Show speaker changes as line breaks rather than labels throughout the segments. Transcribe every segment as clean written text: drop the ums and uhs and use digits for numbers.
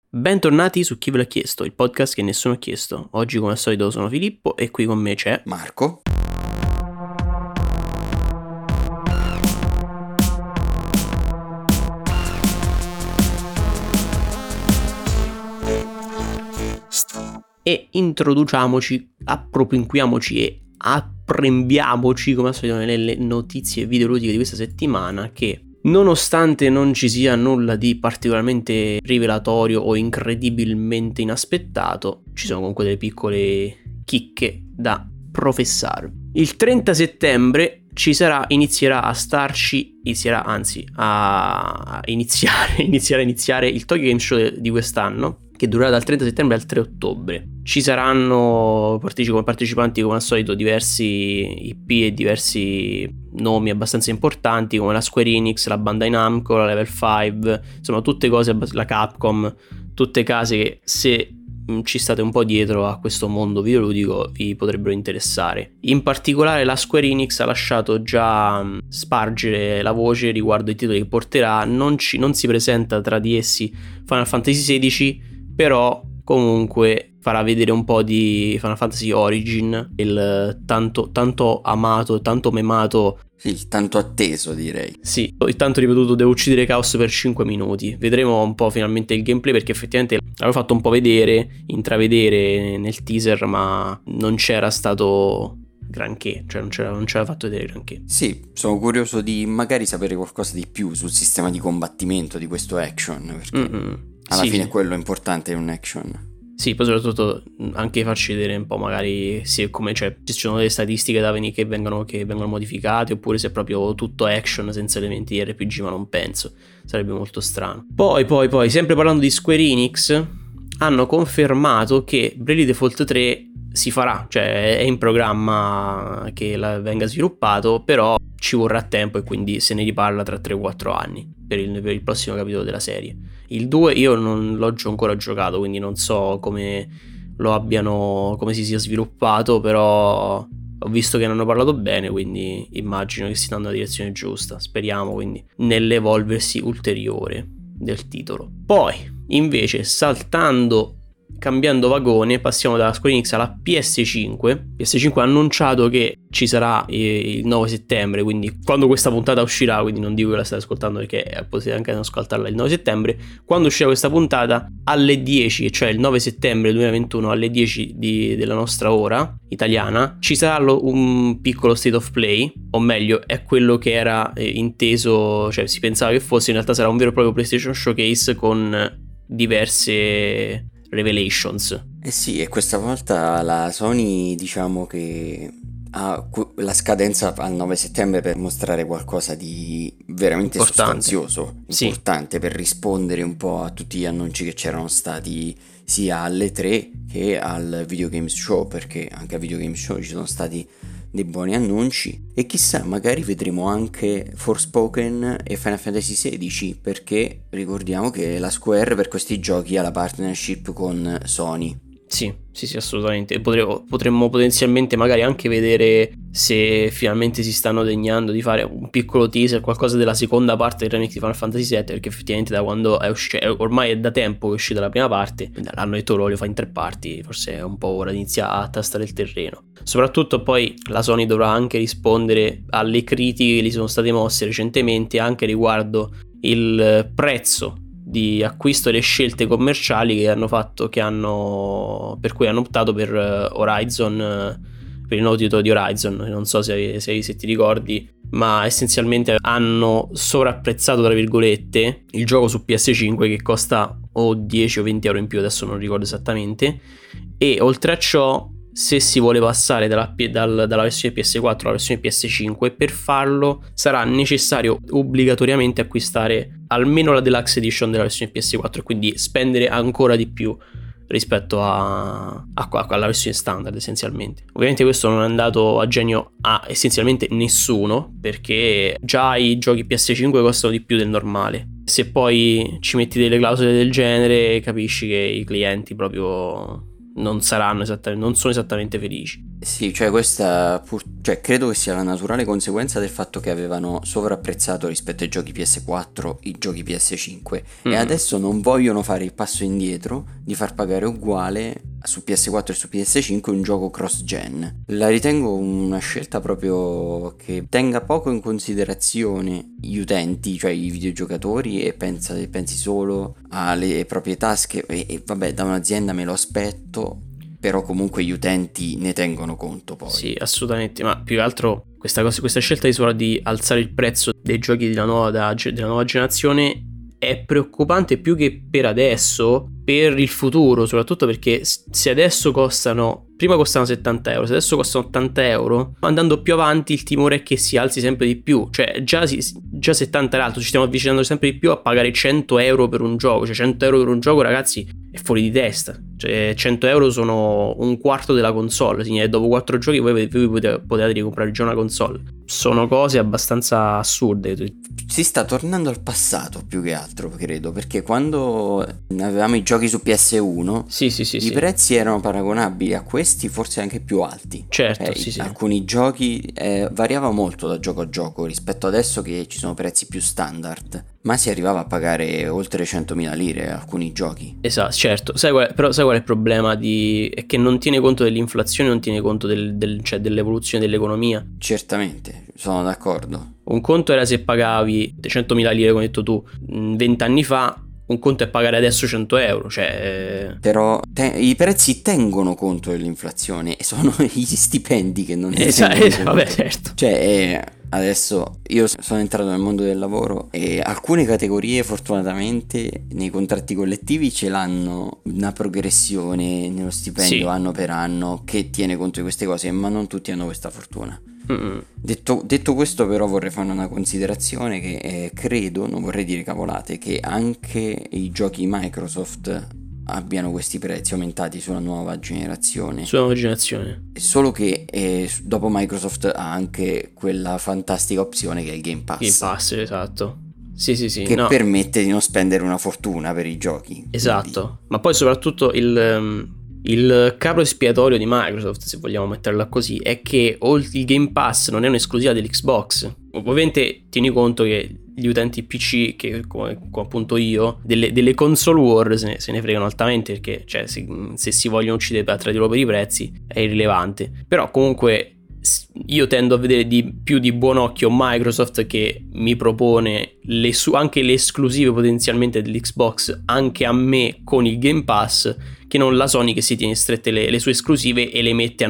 Bentornati su Chi ve l'ha chiesto, il podcast che nessuno ha chiesto. Oggi come al solito sono Filippo e qui con me c'è
Marco.
e introduciamoci, appropinquiamoci e apprembiamoci come al solito nelle notizie videoludiche di questa settimana che, nonostante non ci sia nulla di particolarmente rivelatorio o incredibilmente inaspettato, ci sono comunque delle piccole chicche da professare. Il 30 settembre inizierà a iniziare il Tokyo Game Show di quest'anno, che durerà dal 30 settembre al 3 ottobre. Ci saranno partecipanti come al solito diversi IP e diversi nomi abbastanza importanti come la Square Enix, la Bandai Namco, la Level 5, insomma tutte cose, la Capcom, tutte case che se ci state un po' dietro a questo mondo videoludico vi potrebbero interessare. In particolare la Square Enix ha lasciato già spargere la voce riguardo i titoli che porterà. Non si presenta tra di essi Final Fantasy XVI, però comunque farà vedere un po' di Final Fantasy Origin, il tanto amato, tanto memato,
sì, il tanto atteso, direi.
Sì, il tanto ripetuto devo uccidere Chaos per 5 minuti. Vedremo un po' finalmente il gameplay, perché effettivamente l'avevo fatto un po' intravedere nel teaser, ma non c'era stato granché, cioè non c'era fatto vedere granché.
Sì, sono curioso di magari sapere qualcosa di più sul sistema di combattimento di questo action, perché alla fine quello è importante in un action.
Sì, poi soprattutto anche farci vedere un po' magari se ci sono delle statistiche che vengono modificate, oppure se è proprio tutto action senza elementi di RPG, ma non penso, sarebbe molto strano. Poi sempre parlando di Square Enix, hanno confermato che Bravely Default 3 si farà, cioè è in programma che venga sviluppato, però ci vorrà tempo e quindi se ne riparla tra 3-4 anni per il prossimo capitolo della serie. Il 2 io non l'ho ancora giocato, quindi non so come si sia sviluppato, però ho visto che ne hanno parlato bene, quindi immagino che stiano nella direzione giusta. Speriamo quindi nell'evolversi ulteriore del titolo. Poi invece cambiando vagone, passiamo dalla Square Enix alla PS5. PS5 ha annunciato che ci sarà il 9 settembre, quindi quando questa puntata uscirà, quindi non dico che la state ascoltando perché potete anche ascoltarla il 9 settembre, quando uscirà questa puntata alle 10, cioè il 9 settembre 2021 alle 10 della nostra ora italiana, ci sarà un piccolo state of play, o meglio è quello che era inteso, cioè si pensava che fosse, in realtà sarà un vero e proprio PlayStation Showcase con diverse revelations.
Sì, e questa volta la Sony diciamo che ha la scadenza al 9 settembre per mostrare qualcosa di veramente sostanzioso, importante, per rispondere un po' a tutti gli annunci che c'erano stati sia alle 3 che al Video Games Show, perché anche al Video Games Show ci sono stati dei buoni annunci e chissà magari vedremo anche Forspoken e Final Fantasy XVI, perché ricordiamo che la Square per questi giochi ha la partnership con Sony.
Sì, assolutamente. Potremmo potenzialmente magari anche vedere se finalmente si stanno degnando di fare un piccolo teaser, qualcosa della seconda parte del remake di Final Fantasy VII, perché effettivamente da quando è uscito, ormai è da tempo che è uscita la prima parte, l'hanno detto lo fa in 3 parti, forse è un po' ora di iniziare a tastare il terreno. Soprattutto poi la Sony dovrà anche rispondere alle critiche che gli sono state mosse recentemente anche riguardo il prezzo di acquisto e le scelte commerciali per cui hanno optato per Horizon, per il nuovo titolo di Horizon. Non so se ti ricordi, ma essenzialmente hanno sovrapprezzato tra virgolette il gioco su PS5, che costa o 10 o 20 euro in più, adesso non ricordo esattamente, e oltre a ciò, se si vuole passare dalla versione PS4 alla versione PS5, per farlo sarà necessario obbligatoriamente acquistare almeno la Deluxe Edition della versione PS4 e quindi spendere ancora di più rispetto alla versione standard essenzialmente. Ovviamente questo non è andato a genio a essenzialmente nessuno, perché già i giochi PS5 costano di più del normale. Se poi ci metti delle clausole del genere, capisci che i clienti proprio non saranno esattamente, non sono esattamente felici.
Sì, cioè cioè credo che sia la naturale conseguenza del fatto che avevano sovrapprezzato rispetto ai giochi PS4 i giochi PS5 e adesso non vogliono fare il passo indietro di far pagare uguale su PS4 e su PS5 un gioco cross-gen. La ritengo una scelta proprio che tenga poco in considerazione gli utenti, cioè i videogiocatori, e pensi solo alle proprie tasche e vabbè, da un'azienda me lo aspetto. Però comunque gli utenti ne tengono conto poi.
Sì, assolutamente, ma più che altro questa scelta di alzare il prezzo dei giochi della nuova generazione è preoccupante più che per adesso, per il futuro, soprattutto perché se adesso prima costavano 70 euro, se adesso costano 80 euro, andando più avanti il timore è che si alzi sempre di più, cioè già 70 è l'altro, ci stiamo avvicinando sempre di più a pagare 100 euro per un gioco, cioè 100 euro per un gioco, ragazzi, è fuori di testa, cioè 100 euro sono un quarto della console, significa che dopo 4 giochi voi potete ricomprare già una console. Sono cose abbastanza assurde.
Si sta tornando al passato più che altro, credo, perché quando avevamo i giochi su PS1 i prezzi erano paragonabili a questi, forse anche più alti.
Certo,
alcuni giochi variava molto da gioco a gioco rispetto adesso che ci sono prezzi più standard, ma si arrivava a pagare oltre 100.000 lire alcuni giochi.
Esatto, certo. Sai qual è il problema? È che non tiene conto dell'inflazione, non tiene conto cioè dell'evoluzione dell'economia.
Certamente, sono d'accordo.
Un conto era se pagavi 100.000 lire, come hai detto tu, 20 anni fa. Un conto è pagare adesso 100 euro, cioè...
Però i prezzi tengono conto dell'inflazione e sono gli stipendi che non ne
tengono conto. Vabbè, certo.
Cioè, adesso io sono entrato nel mondo del lavoro e alcune categorie fortunatamente nei contratti collettivi ce l'hanno una progressione nello stipendio anno per anno che tiene conto di queste cose, ma non tutti hanno questa fortuna. Detto questo, però, vorrei fare una considerazione che credo, non vorrei dire cavolate, che anche i giochi Microsoft abbiano questi prezzi aumentati sulla nuova generazione. Solo che dopo Microsoft ha anche quella fantastica opzione che è il Game Pass.
Game Pass, esatto. Sì.
Che permette di non spendere una fortuna per i giochi.
Esatto. Quindi... Ma poi soprattutto il capro espiatorio di Microsoft, se vogliamo metterla così, è che il Game Pass non è un'esclusiva dell'Xbox. Ovviamente tieni conto che gli utenti PC, che come appunto io, delle console war se ne fregano altamente, perché cioè, se si vogliono uccidere tra di loro per i prezzi è irrilevante. Però comunque io tendo a vedere più di buon occhio Microsoft che mi propone anche le esclusive potenzialmente dell'Xbox anche a me con il Game Pass, che non la Sony che si tiene strette le sue esclusive e le mette a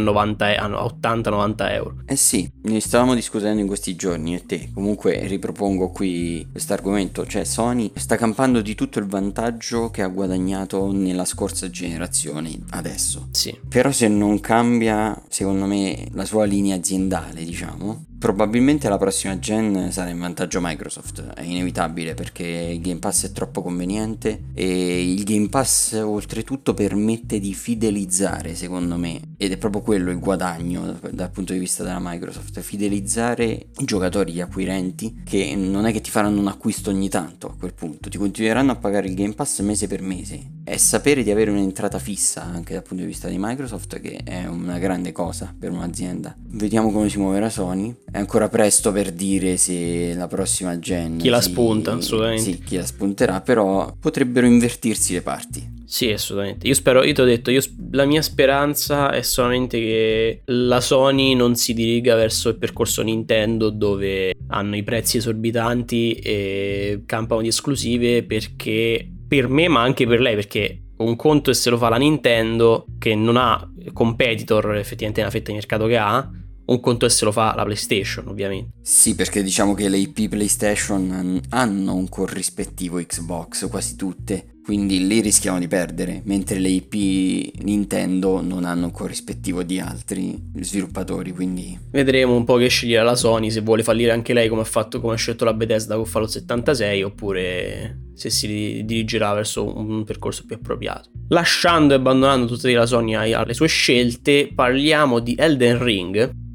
80-90 euro.
Sì, ne stavamo discutendo in questi giorni e te. Comunque ripropongo qui questo argomento, cioè Sony sta campando di tutto il vantaggio che ha guadagnato nella scorsa generazione adesso.
Sì.
Però se non cambia, secondo me, la sua linea aziendale, diciamo, probabilmente la prossima gen sarà in vantaggio Microsoft, è inevitabile, perché il Game Pass è troppo conveniente e il Game Pass oltretutto permette di fidelizzare, secondo me, ed è proprio quello il guadagno dal punto di vista della Microsoft, fidelizzare i giocatori, gli acquirenti, che non è che ti faranno un acquisto ogni tanto a quel punto, ti continueranno a pagare il Game Pass mese per mese, e sapere di avere un'entrata fissa anche dal punto di vista di Microsoft, che è una grande cosa per un'azienda. Vediamo come si muoverà Sony. È ancora presto per dire se la prossima gen
chi la spunta, assolutamente.
Sì, chi la spunterà, però potrebbero invertirsi le parti.
Sì, assolutamente. Io ti ho detto, la mia speranza è solamente che la Sony non si diriga verso il percorso Nintendo, dove hanno i prezzi esorbitanti e campano di esclusive, perché per me, ma anche per lei, perché un conto è se lo fa la Nintendo, che non ha competitor effettivamente nella fetta di mercato che ha. Un conto è se lo fa la PlayStation, ovviamente.
Sì, perché diciamo che le IP PlayStation hanno un corrispettivo Xbox, quasi tutte, quindi lì rischiamo di perdere, mentre le IP Nintendo non hanno un corrispettivo di altri sviluppatori, quindi...
Vedremo un po' che sceglierà la Sony, se vuole fallire anche lei come ha scelto la Bethesda con Fallout 76, oppure se si dirigerà verso un percorso più appropriato. Lasciando e abbandonando tutte la Sony alle sue scelte, parliamo di Elden Ring,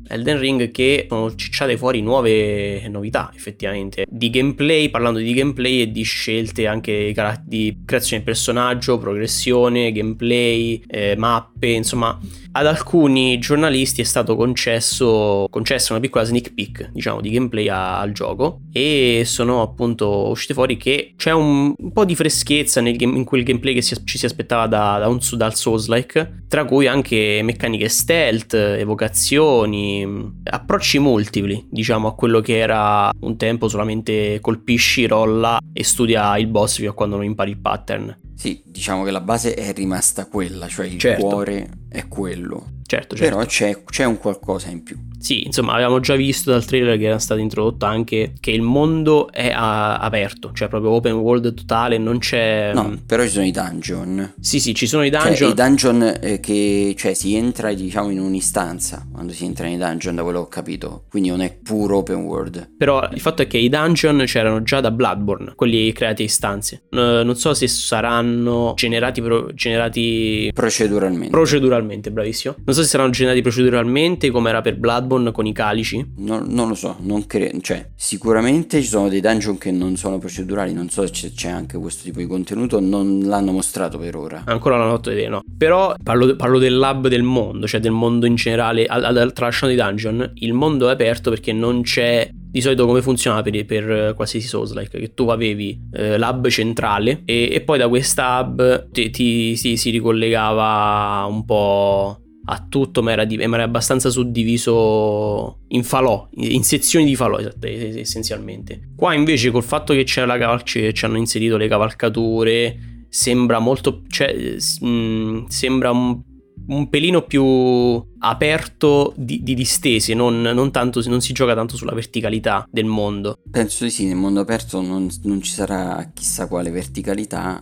Elden Ring, che sono cicciate fuori nuove novità effettivamente di gameplay, parlando di gameplay e di scelte anche di creazione del personaggio, progressione, gameplay, mappe, insomma ad alcuni giornalisti è stato concessa una piccola sneak peek, diciamo, di gameplay al gioco, e sono appunto uscite fuori che c'è un po' di freschezza in quel gameplay che ci si aspettava dal Souls-like, tra cui anche meccaniche stealth, evocazioni, approcci multipli, diciamo, a quello che era un tempo solamente colpisci, rolla e studia il boss fino a quando non impari il pattern.
Sì, diciamo che la base è rimasta quella, cioè il cuore è quello.
Certo.
Però c'è un qualcosa in più.
Sì, insomma, avevamo già visto dal trailer che era stato introdotto anche che il mondo è aperto, cioè proprio open world totale, non c'è...
No, però ci sono i dungeon.
Sì, ci sono i dungeon.
Cioè, i dungeon che, cioè, si entra, diciamo, in un'istanza quando si entra nei dungeon, da quello che ho capito. Quindi non è puro open world.
Però il fatto è che i dungeon c'erano già da Bloodborne, quelli creati a istanze. Non so se saranno generati proceduralmente, bravissimo. Non so se saranno generati proceduralmente come era per Bloodborne con i calici.
Non lo so, non credo. Cioè, sicuramente ci sono dei dungeon che non sono procedurali. Non so se c'è anche questo tipo di contenuto. Non l'hanno mostrato per ora.
Ancora non l'ho fatto vedere, no. Però parlo del lab del mondo, cioè del mondo in generale. Tralasciando i dungeon, il mondo è aperto perché non c'è. Di solito come funzionava per qualsiasi Souls-like, che tu avevi l'hub centrale e poi da questa hub si ricollegava un po' a tutto, ma era abbastanza suddiviso in falò, in sezioni di falò, essenzialmente. Qua invece col fatto che c'è ci hanno inserito le cavalcature, sembra molto, cioè, sembra un pelino più aperto di distese, non si gioca tanto sulla verticalità del mondo.
Penso di sì, nel mondo aperto non ci sarà chissà quale verticalità.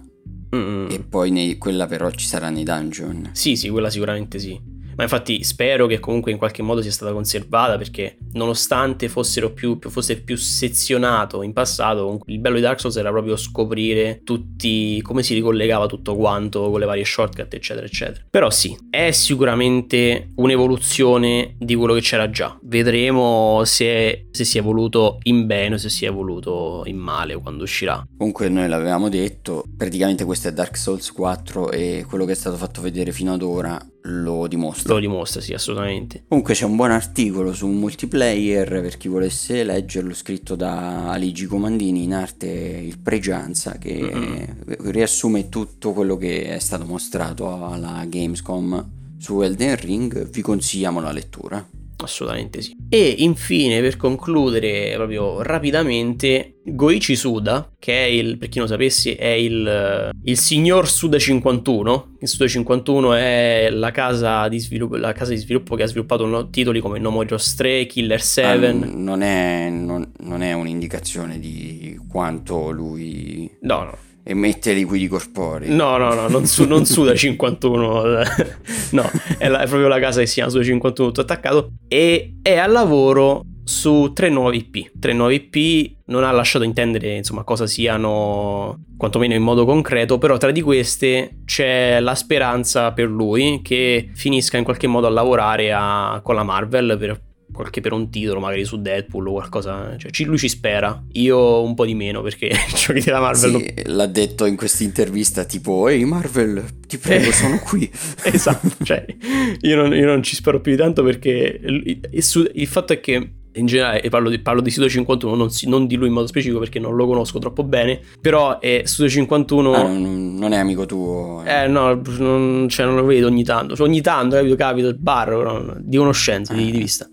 E poi quella però ci sarà nei dungeon.
Sì, quella sicuramente sì. Ma infatti spero che comunque in qualche modo sia stata conservata, perché nonostante fosse più sezionato in passato, il bello di Dark Souls era proprio scoprire come si ricollegava tutto quanto con le varie shortcut, eccetera eccetera. Però sì, è sicuramente un'evoluzione di quello che c'era già. Vedremo se si è evoluto in bene o se si è evoluto in male quando uscirà.
Comunque noi l'avevamo detto, praticamente questo è Dark Souls 4 e quello che è stato fatto vedere fino ad ora lo dimostra,
sì, assolutamente.
Comunque c'è un buon articolo su Multiplayer per chi volesse leggerlo, scritto da Aligi Comandini, in arte il Pregianza, che riassume tutto quello che è stato mostrato alla Gamescom su Elden Ring. Vi consigliamo la lettura.
Assolutamente sì. E infine, per concludere proprio rapidamente, Goichi Suda, che è per chi non sapesse, è il signor Suda 51. Il Suda 51 è la casa di sviluppo che ha sviluppato titoli come No More Heroes 3, Killer 7.
Non è un'indicazione di quanto lui...
No.
Emette liquidi corporei.
No, non Suda 51. No, è proprio la casa che si chiama Suda 51 tutto attaccato. E è al lavoro su 3 nuovi IP. 3 nuovi IP, non ha lasciato intendere insomma cosa siano, quantomeno in modo concreto, però tra di queste c'è la speranza per lui che finisca in qualche modo a lavorare con la Marvel per un titolo, magari su Deadpool o qualcosa, cioè lui ci spera, io un po' di meno, perché i giochi della Marvel
l'ha detto in questa intervista, tipo ehi Marvel, ti prego, sono qui.
Esatto, cioè io non ci spero più di tanto, perché il fatto è che in generale parlo di Suda 51, non di lui in modo specifico perché non lo conosco troppo bene, però Suda 51
non è amico tuo.
No, non lo vedo ogni tanto, capito il bar, no, di conoscenza, di vista.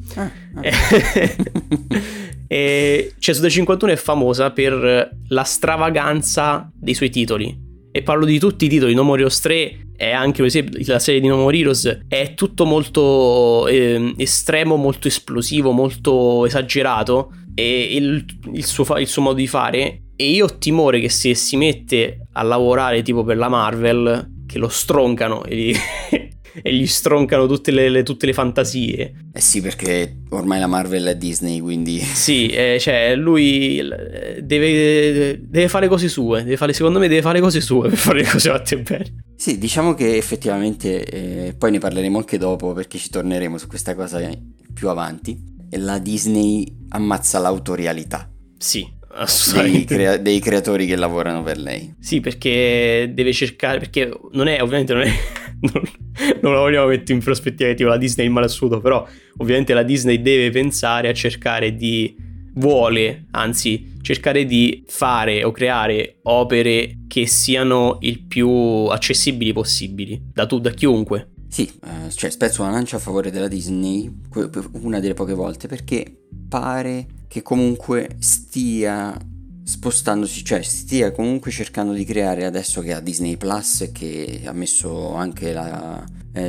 E Suda 51 è famosa per la stravaganza dei suoi titoli. E parlo di tutti i titoli. No More Heroes 3 è anche, per esempio, la serie di No More Heroes, è tutto molto estremo, molto esplosivo, molto esagerato, e il suo modo di fare. E io ho timore che se si mette a lavorare tipo per la Marvel, che lo stroncano e gli stroncano tutte le fantasie.
Sì, perché ormai la Marvel è Disney, quindi...
Sì, cioè lui deve fare cose sue, secondo me deve fare cose sue per fare le cose fatte bene.
Sì, diciamo che effettivamente, poi ne parleremo anche dopo, perché ci torneremo su questa cosa più avanti, e la Disney ammazza l'autorialità.
Sì, assolutamente.
Dei creatori che lavorano per lei.
Sì, perché deve cercare, perché ovviamente non è non la vogliamo mettere in prospettiva tipo la Disney il male assoluto, però ovviamente la Disney deve pensare a cercare anzi cercare di fare o creare opere che siano il più accessibili possibili da chiunque.
Sì, cioè spezzo una lancia a favore della Disney una delle poche volte, perché pare che comunque stia spostandosi, cioè stia comunque cercando di creare, adesso che ha Disney Plus, che ha messo anche ha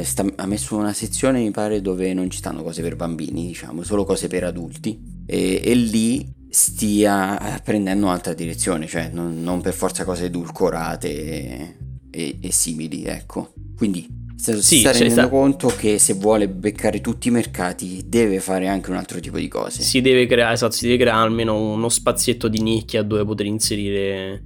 messo una sezione, mi pare, dove non ci stanno cose per bambini, diciamo, solo cose per adulti, e lì stia prendendo un'altra direzione, cioè non per forza cose edulcorate e simili, ecco. Quindi si sta rendendo conto che se vuole beccare tutti i mercati deve fare anche un altro tipo di cose.
Si deve creare almeno uno spazietto di nicchia dove poter inserire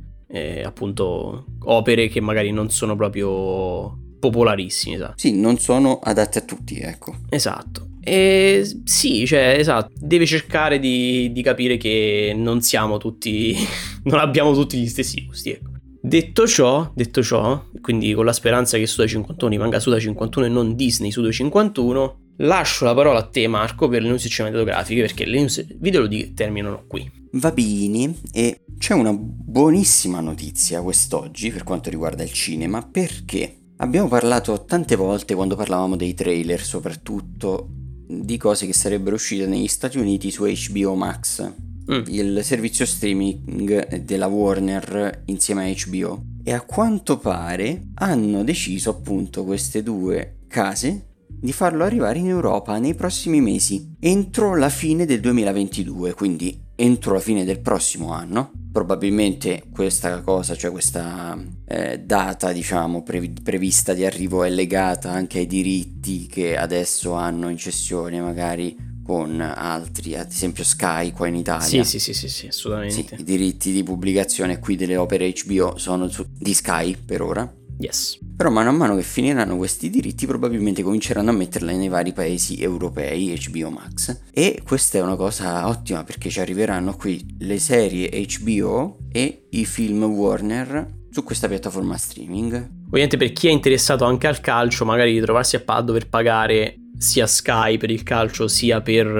appunto opere che magari non sono proprio popolarissime, esatto.
Sì, non sono adatte a tutti, ecco.
Esatto. E sì, cioè, esatto, deve cercare di capire che non siamo tutti non abbiamo tutti gli stessi gusti, ecco. Detto ciò, quindi con la speranza che Suda 51 rimanga Suda 51 e non Disney Suda 51, lascio la parola a te, Marco, per le news cinematografiche, perché le news video terminano qui.
Va bene, e c'è una buonissima notizia quest'oggi per quanto riguarda il cinema, perché abbiamo parlato tante volte, quando parlavamo dei trailer soprattutto, di cose che sarebbero uscite negli Stati Uniti su HBO Max, il servizio streaming della Warner insieme a HBO, e a quanto pare hanno deciso appunto queste due case di farlo arrivare in Europa nei prossimi mesi, entro la fine del 2022, quindi entro la fine del prossimo anno. Probabilmente questa cosa, cioè questa data, diciamo, prevista di arrivo è legata anche ai diritti che adesso hanno in cessione magari con altri, ad esempio Sky qua in Italia.
Sì, assolutamente.
Sì, i diritti di pubblicazione qui delle opere HBO sono di Sky per ora.
Yes.
Però mano a mano che finiranno questi diritti probabilmente cominceranno a metterla nei vari paesi europei, HBO Max, e questa è una cosa ottima perché ci arriveranno qui le serie HBO e i film Warner su questa piattaforma streaming.
Ovviamente per chi è interessato anche al calcio, magari di trovarsi a dover pagare sia Sky per il calcio sia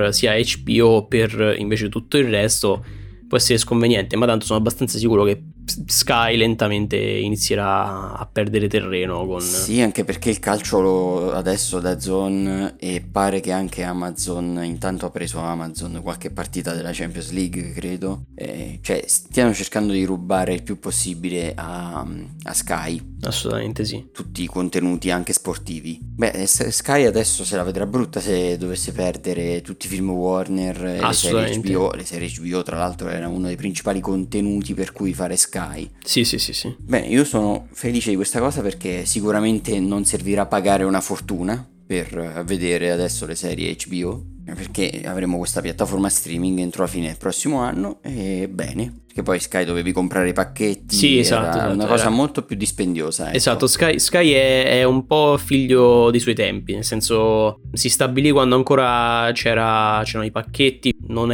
HBO per invece tutto il resto, può essere sconveniente, ma tanto sono abbastanza sicuro che Sky lentamente inizierà a perdere terreno con...
Sì, anche perché il calcio adesso da DAZN, e pare che anche Amazon, intanto ha preso Amazon qualche partita della Champions League, credo, cioè stiano cercando di rubare il più possibile a Sky.
Assolutamente sì.
Tutti i contenuti anche sportivi. Beh, Sky adesso se la vedrà brutta se dovesse perdere tutti i film Warner e le serie HBO. Le serie HBO tra l'altro era uno dei principali contenuti per cui fare Sky.
Sì.
Bene, io sono felice di questa cosa perché sicuramente non servirà pagare una fortuna per vedere adesso le serie HBO, perché avremo questa piattaforma streaming entro la fine del prossimo anno, e bene, perché poi Sky dovevi comprare i pacchetti,
sì, esatto,
una cosa molto più dispendiosa, ecco.
Esatto, Sky è un po' figlio dei suoi tempi, nel senso si stabilì quando ancora c'erano i pacchetti, non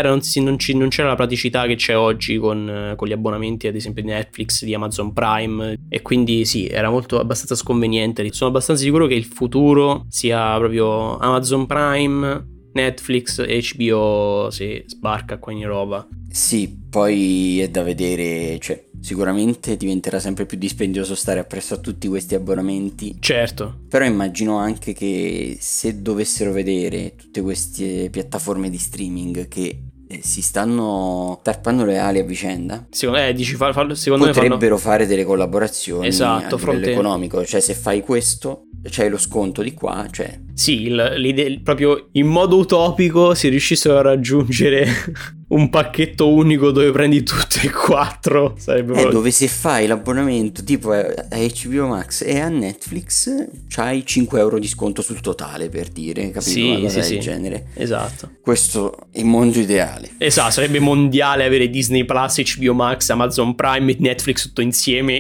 c'era la praticità che c'è oggi con gli abbonamenti ad esempio di Netflix, di Amazon Prime, e quindi sì, era abbastanza sconveniente. Sono abbastanza sicuro che il futuro sia proprio Amazon Prime, Netflix, HBO se sbarca qua in Europa.
Sì, poi è da vedere, cioè sicuramente diventerà sempre più dispendioso stare appresso a tutti questi abbonamenti.
Certo.
Però immagino anche che se dovessero vedere tutte queste piattaforme di streaming che si stanno tarpando le ali a vicenda,
secondo me
potrebbero fare delle collaborazioni,
esatto,
a livello economico, cioè se fai questo c'hai lo sconto di qua, cioè
sì, proprio in modo utopico, se riuscissero a raggiungere un pacchetto unico dove prendi tutte e 4 sarebbe
dove se fai l'abbonamento tipo a HBO Max e a Netflix c'hai 5 euro di sconto sul totale, per dire, capito?
Sì,
una cosa
sì,
del
sì.
genere.
Esatto.
Questo è il mondo ideale.
Esatto, sarebbe mondiale avere Disney Plus, HBO Max, Amazon Prime e Netflix tutto insieme,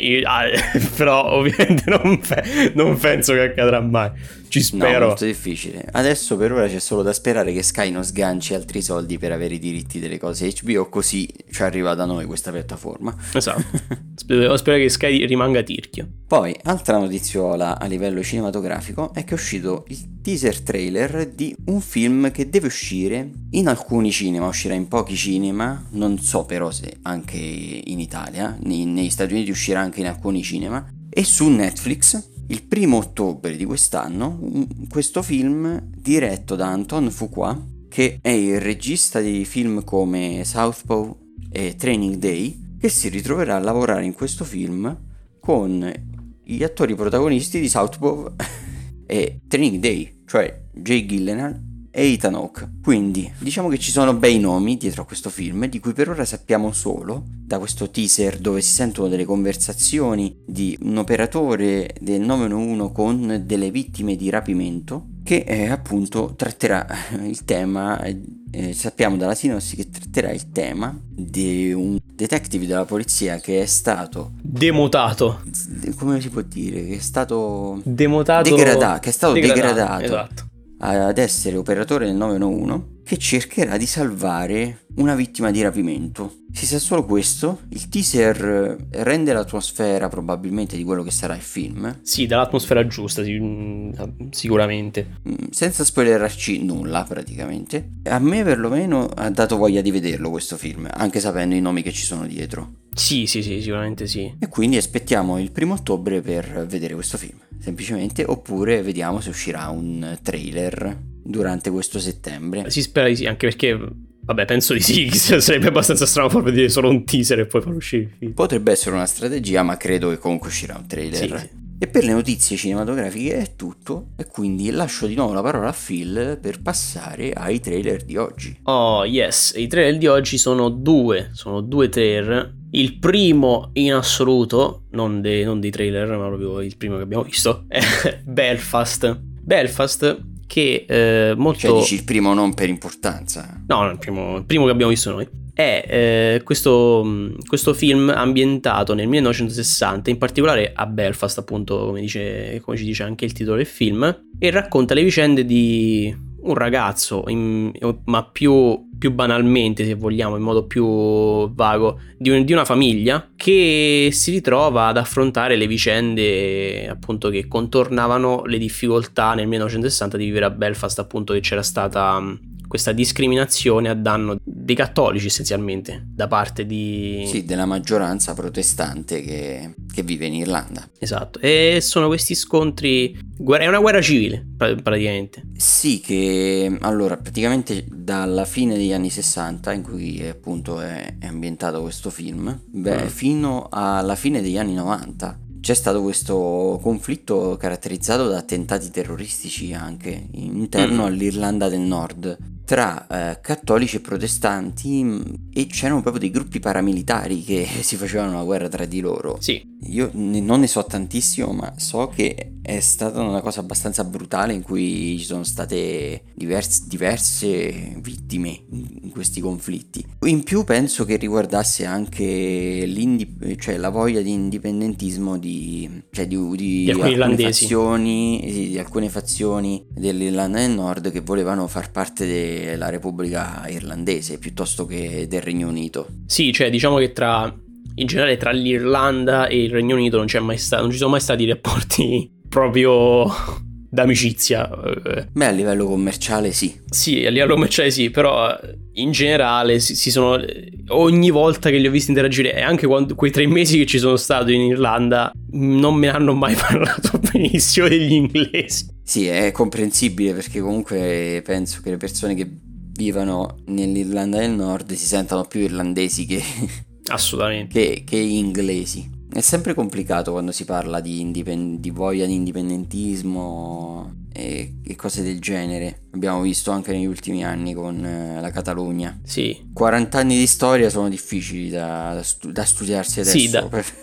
però ovviamente non penso che accadrà mai. Ci spero.
No, molto difficile. Adesso per ora c'è solo da sperare che Sky non sganci altri soldi per avere i diritti delle cose HBO, così ci arriva da noi questa piattaforma.
Esatto. Spero che Sky rimanga tirchio.
Poi, altra notiziola a livello cinematografico è che è uscito il teaser trailer di un film che deve uscire in alcuni cinema, uscirà in pochi cinema, non so però se anche in Italia, negli Stati Uniti uscirà anche in alcuni cinema, e su Netflix il 1° ottobre di quest'anno, questo film diretto da Anton Fuqua, che è il regista di film come Southpaw e Training Day, che si ritroverà a lavorare in questo film con gli attori protagonisti di Southpaw e Training Day, cioè Jake Gyllenhaal e Ethan Hawke. Quindi diciamo che ci sono bei nomi dietro a questo film, di cui per ora sappiamo solo da questo teaser dove si sentono delle conversazioni di un operatore del 911 con delle vittime di rapimento, che appunto tratterà il tema, sappiamo dalla sinossi che tratterà il tema di un detective della polizia che è stato
demotato,
come si può dire, che è stato
demotato,
degradato
esatto,
ad essere operatore del 911, che cercherà di salvare una vittima di rapimento. Si sa solo questo. Il teaser rende l'atmosfera probabilmente di quello che sarà il film.
Sì, dall'atmosfera giusta, sicuramente.
Senza spoilerarci nulla praticamente. A me perlomeno ha dato voglia di vederlo questo film, anche sapendo i nomi che ci sono dietro.
Sì, sicuramente sì.
E quindi aspettiamo il 1° ottobre per vedere questo film, semplicemente, oppure vediamo se uscirà un trailer durante questo settembre.
Si spera di sì, anche perché, vabbè, penso di sì, sarebbe abbastanza strano far vedere solo un teaser e poi far uscire il film.
Potrebbe essere una strategia, ma credo che comunque uscirà un trailer.
Sì.
E per le notizie cinematografiche è tutto, e quindi lascio di nuovo la parola a Phil per passare ai trailer di oggi.
Oh yes, i trailer di oggi sono due trailer. Il primo in assoluto, non dei trailer, ma proprio il primo che abbiamo visto, è Belfast, che molto...
Cioè dici il primo non per importanza?
No, il primo che abbiamo visto noi. È questo film ambientato nel 1960, in particolare a Belfast, appunto, come ci dice anche il titolo del film, e racconta le vicende di un ragazzo, ma più banalmente, se vogliamo, in modo più vago, di una famiglia che si ritrova ad affrontare le vicende, appunto, che contornavano le difficoltà nel 1960 di vivere a Belfast, appunto, che c'era stata questa discriminazione a danno dei cattolici, essenzialmente, da parte
della maggioranza protestante che vive in Irlanda.
Esatto, e sono questi scontri, è una guerra civile praticamente.
Sì, che allora praticamente dalla fine degli anni 60, in cui appunto è ambientato questo film, fino alla fine degli anni 90 c'è stato questo conflitto caratterizzato da attentati terroristici anche interno all'Irlanda del Nord, tra cattolici e protestanti, e c'erano proprio dei gruppi paramilitari che si facevano la guerra tra di loro.
Sì.
Io non ne so tantissimo, ma so che è stata una cosa abbastanza brutale, in cui ci sono state diverse vittime in questi conflitti. In più penso che riguardasse anche cioè la voglia di indipendentismo di alcune fazioni dell'Irlanda del Nord, che volevano far parte della Repubblica Irlandese piuttosto che del Regno Unito.
Sì, cioè diciamo che in generale tra l'Irlanda e il Regno Unito non ci sono mai stati rapporti proprio d'amicizia.
Beh, a livello commerciale sì.
Sì, a livello commerciale sì, però in generale ogni volta che li ho visti interagire, e anche quei 3 mesi che ci sono stato in Irlanda, non me ne hanno mai parlato benissimo degli inglesi.
Sì, è comprensibile, perché comunque penso che le persone che vivono nell'Irlanda del Nord si sentano più irlandesi che
assolutamente
che inglesi. È sempre complicato quando si parla di voglia di indipendentismo e cose del genere. Abbiamo visto anche negli ultimi anni con la Catalogna.
Sì.
40 anni di storia sono difficili da studiarsi adesso.
Sì,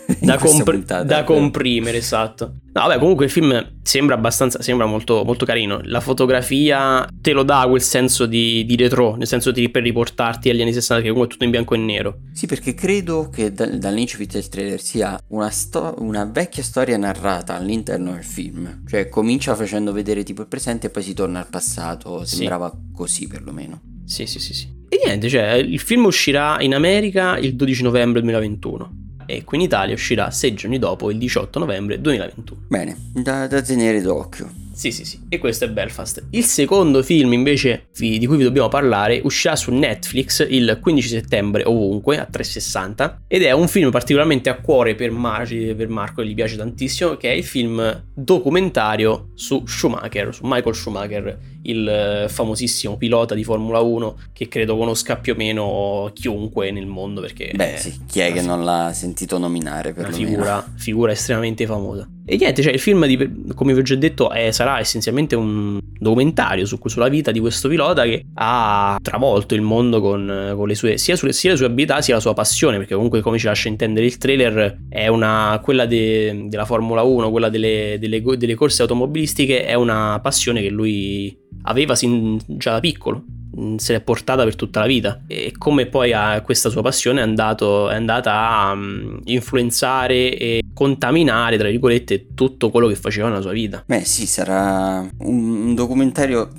da comprimere, esatto. No, vabbè, comunque il film sembra molto, molto carino. La fotografia te lo dà quel senso di retro, nel senso per riportarti agli anni 60, che comunque è tutto in bianco e nero.
Sì, perché credo che dall'incipit del trailer sia una vecchia storia narrata all'interno del film. Cioè comincia facendo vedere tipo il presente e poi si torna al passato. Sembrava così perlomeno.
Sì. E niente, cioè il film uscirà in America il 12 novembre 2021 e qui in Italia uscirà 6 giorni dopo, il 18 novembre 2021.
Bene, da tenere d'occhio.
Sì. E questo è Belfast. Il secondo film invece di cui vi dobbiamo parlare uscirà su Netflix il 15 settembre ovunque a 360 ed è un film particolarmente a cuore per Marco, che gli piace tantissimo, che è il film documentario su Michael Schumacher, il famosissimo pilota di Formula 1 che credo conosca più o meno chiunque nel mondo, perché
chi è che non l'ha sentito nominare per
una figura estremamente famosa. E niente, cioè il film, come vi ho già detto, sarà essenzialmente un documentario sulla vita di questo pilota che ha travolto il mondo con le sue sia le sue abilità sia la sua passione, perché comunque, come ci lascia intendere il trailer, è quella della Formula 1, quella delle corse automobilistiche, è una passione che lui aveva già da piccolo, se l'è portata per tutta la vita, e come poi questa sua passione è andata a influenzare e contaminare, tra virgolette, tutto quello che faceva nella sua vita.
Beh sì, sarà un documentario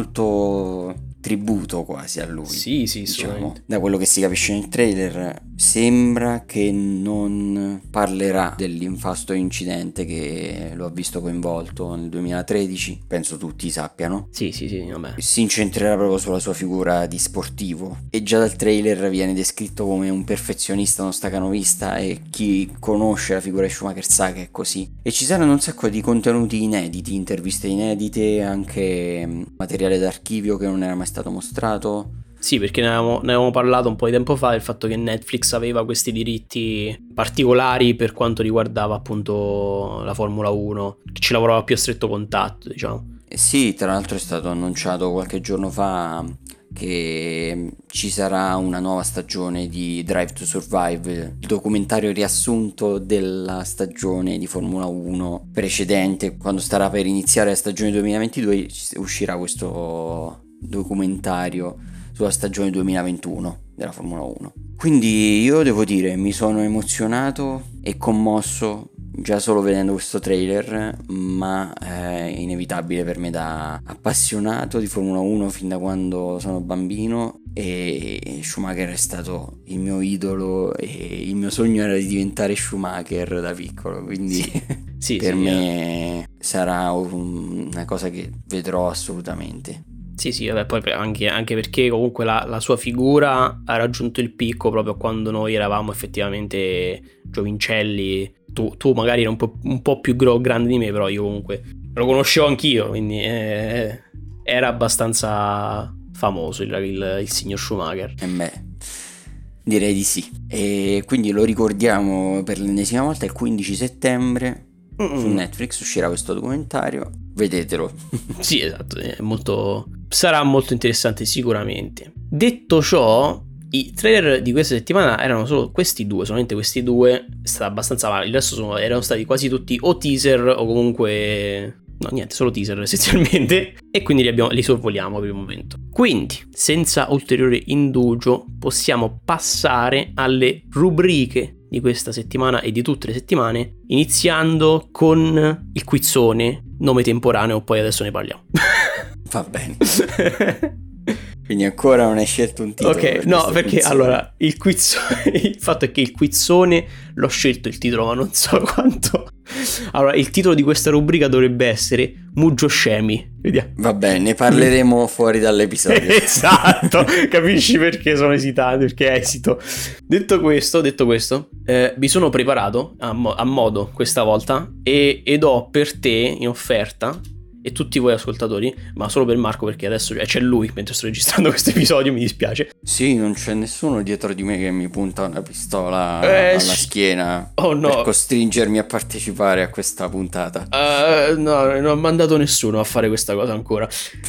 molto tributo quasi a lui.
Sì,
diciamo. Da quello che si capisce nel trailer sembra che non parlerà dell'infausto incidente che lo ha visto coinvolto nel 2013, penso tutti sappiano.
Sì, vabbè.
Si incentrerà proprio sulla sua figura di sportivo e già dal trailer viene descritto come un perfezionista, uno stacanovista, e chi conosce la figura di Schumacher sa che è così. E ci saranno un sacco di contenuti inediti, interviste inedite, anche materiale d'archivio che non era mai stato mostrato.
Sì, perché ne avevamo parlato un po' di tempo fa del fatto che Netflix aveva questi diritti particolari per quanto riguardava appunto la Formula 1, che ci lavorava più a stretto contatto, diciamo.
Sì, tra l'altro è stato annunciato qualche giorno fa che ci sarà una nuova stagione di Drive to Survive, il documentario riassunto della stagione di Formula 1 precedente. Quando starà per iniziare la stagione 2022 uscirà questo documentario sulla stagione 2021 della Formula 1. Quindi io devo dire, mi sono emozionato e commosso già solo vedendo questo trailer, ma è inevitabile per me, da appassionato di Formula 1 fin da quando sono bambino, e Schumacher è stato il mio idolo e il mio sogno era di diventare Schumacher da piccolo, quindi per me sarà una cosa che vedrò assolutamente.
Sì, vabbè, poi anche perché comunque la sua figura ha raggiunto il picco proprio quando noi eravamo effettivamente giovincelli. Tu magari eri un po' più grande di me, però io comunque lo conoscevo anch'io, quindi era abbastanza famoso il signor Schumacher.
Direi di sì. E quindi lo ricordiamo per l'ennesima volta, il 15 settembre su Netflix uscirà questo documentario, vedetelo.
Sì, esatto, sarà molto interessante sicuramente. Detto ciò, i trailer di questa settimana erano solamente questi due, è stato abbastanza male, il resto erano stati quasi tutti o teaser o comunque solo teaser essenzialmente, e quindi li sorvoliamo per il momento. Quindi, senza ulteriore indugio, possiamo passare alle rubriche di questa settimana e di tutte le settimane, iniziando con il quizzone nome temporaneo, poi adesso ne parliamo.
Va bene. Quindi ancora non hai scelto un titolo?
Ok, no, perché allora il fatto è che il quizzone l'ho scelto il titolo, ma non so quanto. Allora, il titolo di questa rubrica dovrebbe essere Mugio Scemi. Vediamo.
Va bene, ne parleremo fuori dall'episodio.
Esatto, capisci perché sono esitato, perché esito. Detto questo, mi sono preparato a modo questa volta ed ho per te in offerta e tutti voi ascoltatori, ma solo per Marco perché adesso c'è lui mentre sto registrando questo episodio, mi dispiace.
Sì, non c'è nessuno dietro di me che mi punta una pistola alla schiena per costringermi a partecipare a questa puntata.
No, non ho mandato nessuno a fare questa cosa ancora.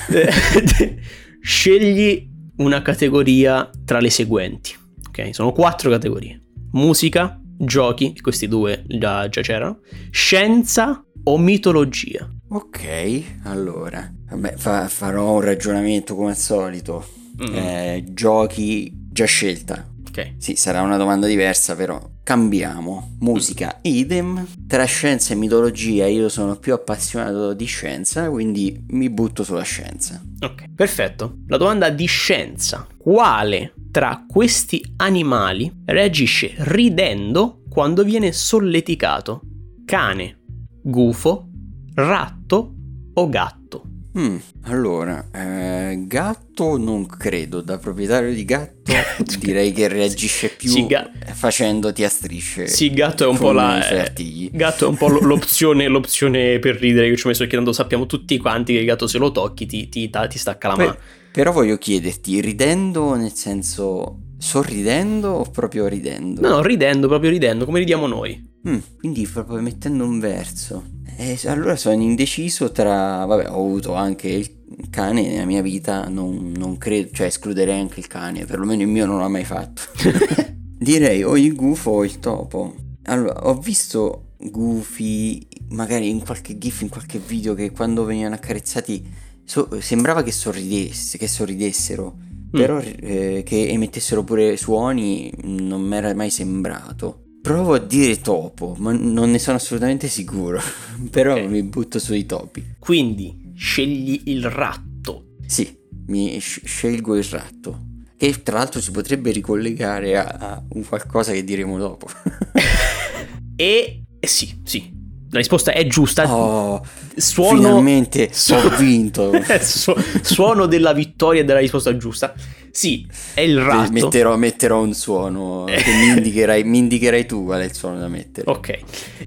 Scegli una categoria tra le seguenti, ok? Sono 4 categorie: musica, giochi, questi 2 già c'erano, scienza o mitologia.
Ok, allora farò un ragionamento come al solito. Giochi già scelta.
Ok.
Sì, sarà una domanda diversa, però cambiamo. Musica, idem. Tra scienza e mitologia io sono più appassionato di scienza, quindi mi butto sulla scienza.
Ok, perfetto. La domanda di scienza: quale tra questi animali reagisce ridendo quando viene solleticato? Cane, gufo, ratto o gatto?
Allora, gatto non credo, da proprietario di gatto direi che reagisce più facendoti a strisce.
Sì, gatto è un po' gatto è un po' l'opzione per ridere che ci ho messo, perché tanto sappiamo tutti quanti che il gatto, se lo tocchi ti stacca la mano.
Però voglio chiederti, ridendo nel senso sorridendo o proprio ridendo?
No, proprio ridendo, come ridiamo noi.
Quindi proprio mettendo un verso. Allora sono indeciso tra... Vabbè, ho avuto anche il cane nella mia vita, non credo, cioè escluderei anche il cane, perlomeno il mio non l'ha mai fatto. Direi o il gufo o il topo. Allora, ho visto gufi magari in qualche gif, in qualche video, che quando venivano accarezzati sembrava che sorridessero, però che emettessero pure suoni non mi era mai sembrato. Provo a dire topo, ma non ne sono assolutamente sicuro. Però mi butto sui topi.
Quindi scegli il ratto.
Sì, scelgo il ratto, che tra l'altro si potrebbe ricollegare a un qualcosa che diremo dopo.
Sì, la risposta è giusta.
Finalmente ho vinto.
Suono della vittoria della risposta giusta. Sì, è il ratto.
Metterò un suono che mi indicherai tu qual è il suono da mettere.
Ok.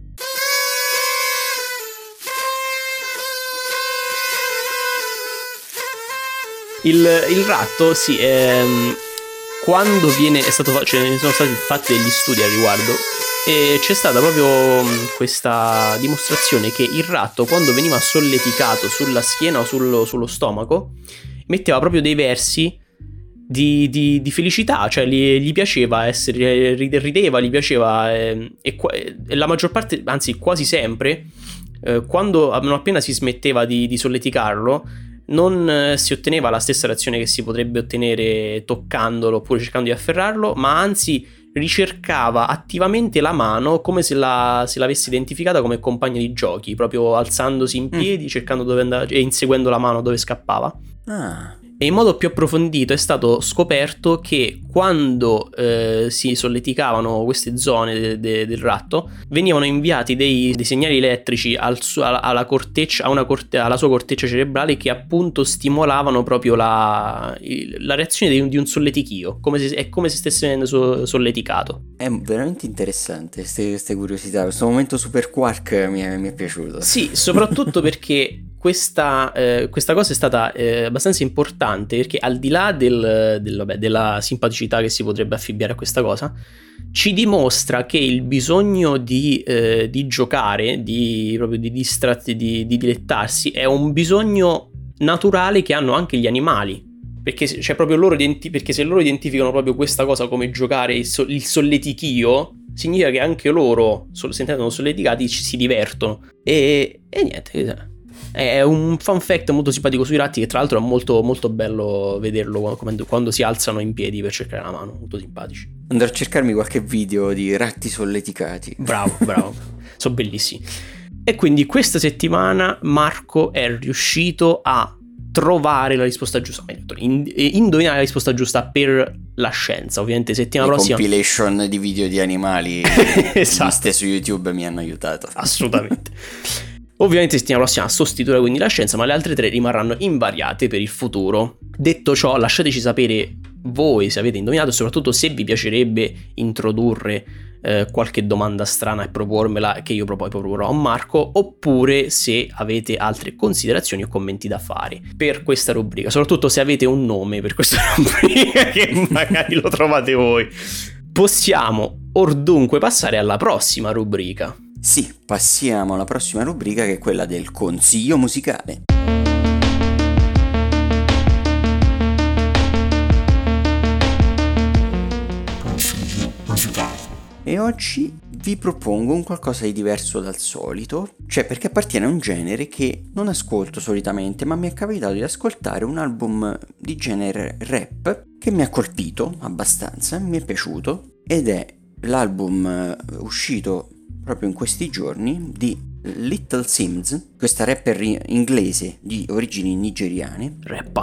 Il ratto, sì, quando ne sono stati fatti degli studi al riguardo, e c'è stata proprio questa dimostrazione che il ratto, quando veniva solleticato sulla schiena o sullo stomaco, metteva proprio dei versi di felicità, cioè gli piaceva rideva, gli piaceva, e la maggior parte, anzi quasi sempre, quando non appena si smetteva di solleticarlo, non si otteneva la stessa reazione che si potrebbe ottenere toccandolo oppure cercando di afferrarlo, ma anzi ricercava attivamente la mano, come se l'avesse identificata come compagna di giochi, proprio alzandosi in piedi, cercando dove andare e inseguendo la mano dove scappava. E in modo più approfondito è stato scoperto che quando si solleticavano queste zone del ratto, venivano inviati dei segnali elettrici alla sua corteccia cerebrale, che appunto stimolavano proprio la reazione di un solletichio, è come se stesse venendo solleticato.
È veramente interessante queste curiosità. Questo momento super quark mi è piaciuto.
Sì, soprattutto perché questa cosa è stata abbastanza importante, perché al di là della simpaticità che si potrebbe affibbiare a questa cosa, ci dimostra che il bisogno di giocare, proprio di distrarsi, di dilettarsi, è un bisogno naturale che hanno anche gli animali. Perché c'è proprio perché se loro identificano proprio questa cosa come giocare, il solletichio, significa che anche loro, sentendo solleticati, si divertono. E niente. È un fun fact molto simpatico sui ratti, che tra l'altro è molto, molto bello vederlo quando si alzano in piedi per cercare la mano, molto simpatici.
Andrò a cercarmi qualche video di ratti solleticati.
Bravo, sono bellissimi. E quindi questa settimana Marco è riuscito a trovare la risposta giusta, indovinare la risposta giusta per la scienza. Ovviamente settimana prossima
compilation di video di animali
esatto,
viste su YouTube mi hanno aiutato.
Assolutamente. Ovviamente settimana prossima sostituirà quindi la scienza, ma le altre 3 rimarranno invariate per il futuro. Detto ciò, lasciateci sapere voi se avete indovinato e soprattutto se vi piacerebbe introdurre qualche domanda strana e propormela, che io poi proporrò a Marco, oppure se avete altre considerazioni o commenti da fare per questa rubrica, soprattutto se avete un nome per questa rubrica che magari lo trovate voi. Possiamo ordunque passare alla prossima rubrica.
Sì, passiamo alla prossima rubrica, che è quella del consiglio musicale. E oggi vi propongo un qualcosa di diverso dal solito, cioè perché appartiene a un genere che non ascolto solitamente, ma mi è capitato di ascoltare un album di genere rap che mi ha colpito abbastanza, mi è piaciuto, ed è l'album uscito proprio in questi giorni di Little Simz, questa rapper inglese di origini nigeriane,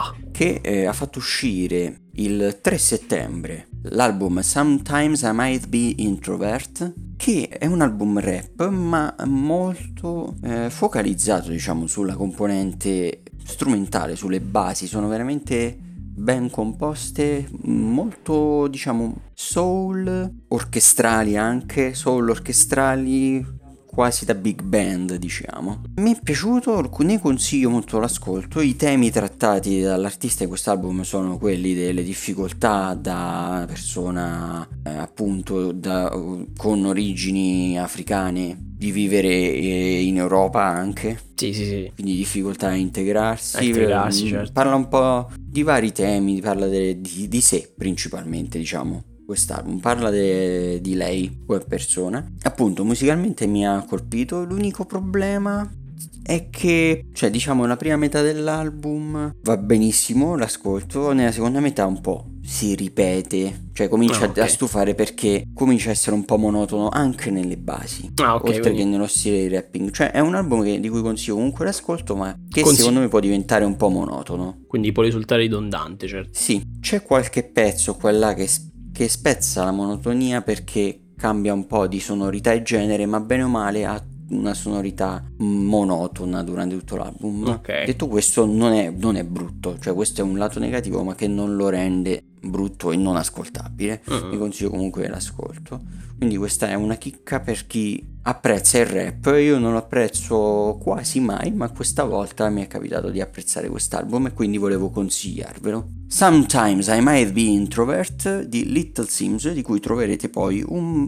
che ha fatto uscire il 3 settembre l'album Sometimes I Might Be Introvert, che è un album rap ma molto focalizzato, diciamo, sulla componente strumentale, sulle basi. Sono veramente ben composte, molto, diciamo, soul orchestrali, anche soul orchestrali quasi da big band, diciamo. Mi è piaciuto, ne consiglio molto l'ascolto. I temi trattati dall'artista di quest'album sono quelli delle difficoltà da persona appunto con origini africane di vivere in Europa anche.
Sì.
Quindi difficoltà a integrarsi,
certo.
Parla un po' di vari temi, parla di sé principalmente, diciamo. Quest'album parla di lei come persona. Appunto, musicalmente mi ha colpito. L'unico problema è che, cioè, diciamo, la prima metà dell'album va benissimo, l'ascolto. Nella seconda metà un po' si ripete, cioè comincia a stufare, perché comincia a essere un po' monotono anche nelle basi, oltre che nello stile di rapping. Cioè è un album di cui consiglio comunque l'ascolto, ma che secondo me può diventare un po' monotono,
quindi può risultare ridondante, certo.
Sì, c'è qualche pezzo qua e là che spezza la monotonia, perché cambia un po' di sonorità e genere, ma bene o male ha una sonorità monotona durante tutto l'album. Detto questo, non è brutto, cioè questo è un lato negativo, ma che non lo rende brutto e non ascoltabile. Mi consiglio comunque l'ascolto. Quindi questa è una chicca per chi apprezza il rap. Io non lo apprezzo quasi mai, ma questa volta mi è capitato di apprezzare quest'album e quindi volevo consigliarvelo. Sometimes I Might Be Introvert di Little Simz, di cui troverete poi un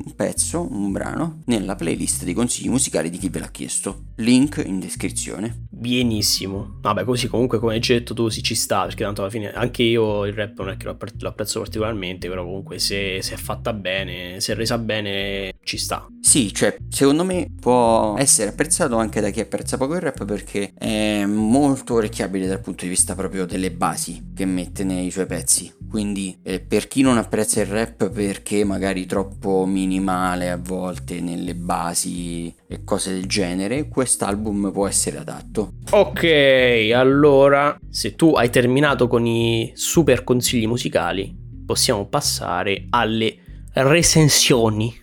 brano nella playlist dei consigli musicali di chi ve l'ha chiesto. Link in descrizione.
Benissimo. Vabbè, così comunque, come hai detto tu, ci sta, perché tanto alla fine anche io il rap non è che lo apprezzo particolarmente, però comunque se è fatta bene, se è resa bene, ci sta.
Sì, cioè secondo me può essere apprezzato anche da chi apprezza poco il rap, perché è molto orecchiabile dal punto di vista proprio delle basi che mette nei suoi pezzi. Quindi per chi non apprezza il rap perché magari troppo minimale a volte nelle basi e cose del genere, quest'album può essere adatto.
Ok, allora, se tu hai terminato con i super consigli musicali, possiamo passare alle recensioni.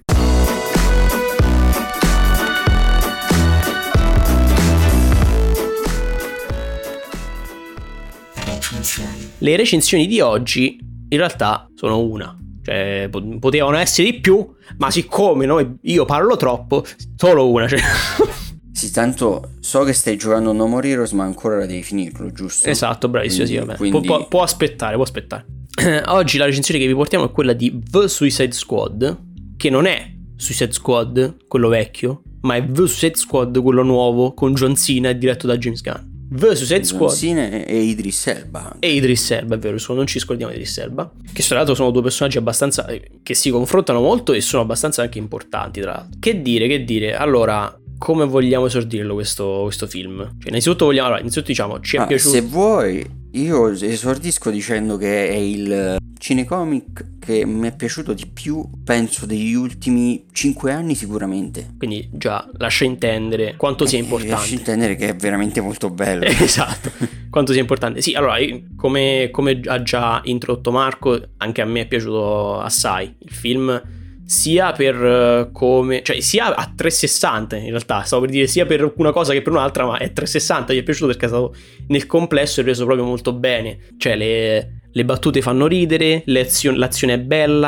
Le recensioni di oggi in realtà sono una, cioè potevano essere di più, ma siccome io parlo troppo, solo una, cioè.
Sì, tanto so che stai giocando No More Heroes, ma ancora devi finirlo, giusto?
Esatto, bravissimo, sì, vabbè. Può aspettare. Oggi la recensione che vi portiamo è quella di The Suicide Squad, che non è Suicide Squad, quello vecchio, ma è The Suicide Squad, quello nuovo, con John Cena e diretto da James Gunn. The Suicide Squad.
John Cena e Idris Elba.
E Idris Elba, è vero, non ci scordiamo di Idris Elba, che tra l'altro sono due personaggi abbastanza che si confrontano molto e sono abbastanza anche importanti, tra l'altro. Che dire, allora, come vogliamo esordirlo questo film? Cioè, innanzitutto diciamo, ci è piaciuto.
Se vuoi, io esordisco dicendo che è il cinecomic che mi è piaciuto di più, penso, degli ultimi 5 anni sicuramente.
Quindi già lascia intendere quanto sia importante.
Lascia intendere che è veramente molto bello.
Esatto, quanto sia importante. Sì, allora, come ha già introdotto Marco, anche a me è piaciuto assai il film, sia per sia a 360 in realtà, stavo per dire sia per una cosa che per un'altra, ma è 360, gli è piaciuto perché è stato, nel complesso, è reso proprio molto bene, cioè le battute fanno ridere, l'azione è bella,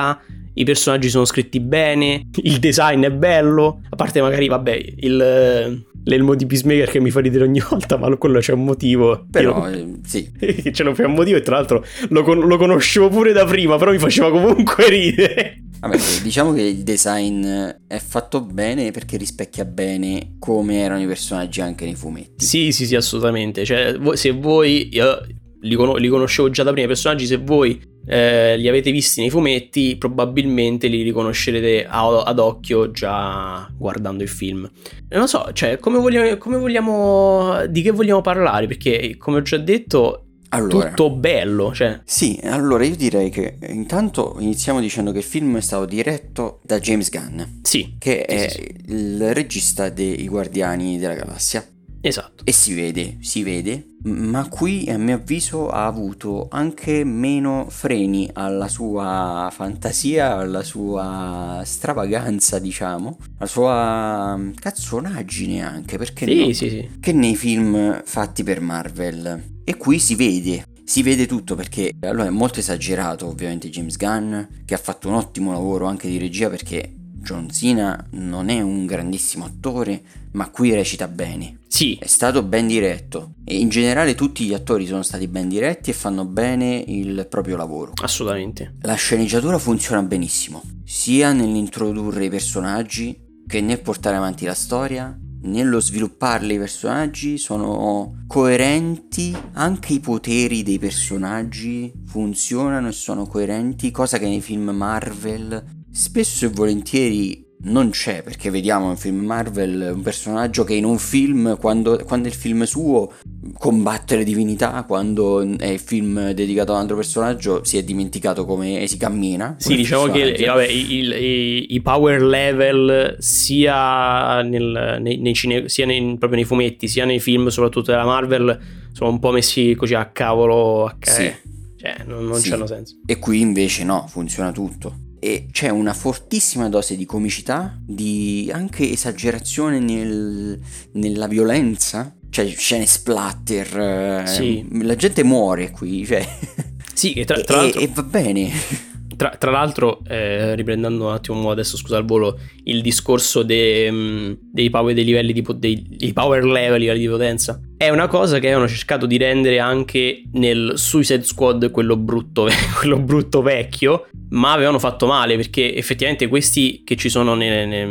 i personaggi sono scritti bene, il design è bello, a parte magari, vabbè, l'elmo di Peacemaker che mi fa ridere ogni volta, ma quello c'è un motivo.
Però, sì.
C'è un motivo, e tra l'altro lo conoscevo pure da prima, però mi faceva comunque ridere.
Vabbè, diciamo che il design è fatto bene perché rispecchia bene come erano i personaggi anche nei fumetti.
Sì, assolutamente. Cioè, se voi, io li conoscevo già da prima i personaggi, se voi li avete visti nei fumetti, probabilmente li riconoscerete ad occhio già guardando il film. Non so, cioè, come vogliamo, di che vogliamo parlare? Perché, come ho già detto,
allora,
tutto bello, cioè.
Sì, allora io direi che intanto iniziamo dicendo che il film è stato diretto da James Gunn,
sì,
che è il regista dei Guardiani della Galassia.
Esatto.
E si vede, ma qui a mio avviso ha avuto anche meno freni alla sua fantasia, alla sua stravaganza, diciamo, alla sua cazzonaggine anche, perché
sì,
che nei film fatti per Marvel. E qui si vede tutto, perché allora è molto esagerato ovviamente James Gunn, che ha fatto un ottimo lavoro anche di regia, perché John Cena non è un grandissimo attore, ma qui recita bene.
Sì.
È stato ben diretto e in generale tutti gli attori sono stati ben diretti e fanno bene il proprio lavoro.
Assolutamente.
La sceneggiatura funziona benissimo, sia nell'introdurre i personaggi che nel portare avanti la storia. Nello svilupparli i personaggi sono coerenti, anche i poteri dei personaggi funzionano e sono coerenti, cosa che nei film Marvel spesso e volentieri non c'è, perché vediamo in film Marvel un personaggio che in un film, quando è il film suo, combatte le divinità, quando è il film dedicato a un altro personaggio si è dimenticato come si cammina.
Sì, diciamo che i power level sia proprio nei fumetti, sia nei film, soprattutto della Marvel, sono un po' messi così a cavolo.
Sì.
Cioè, non c'hanno senso.
E qui invece no, funziona tutto. E c'è una fortissima dose di comicità, di anche esagerazione nella violenza, cioè scene splatter,
sì.
La gente muore qui, cioè.
Sì, e tra l'altro,
e va bene.
Tra l'altro, riprendendo un attimo adesso, scusa al volo, il discorso dei power, dei livelli dei power level di potenza, è una cosa che avevano cercato di rendere anche nel Suicide Squad, quello brutto vecchio, ma avevano fatto male, perché effettivamente questi che ci sono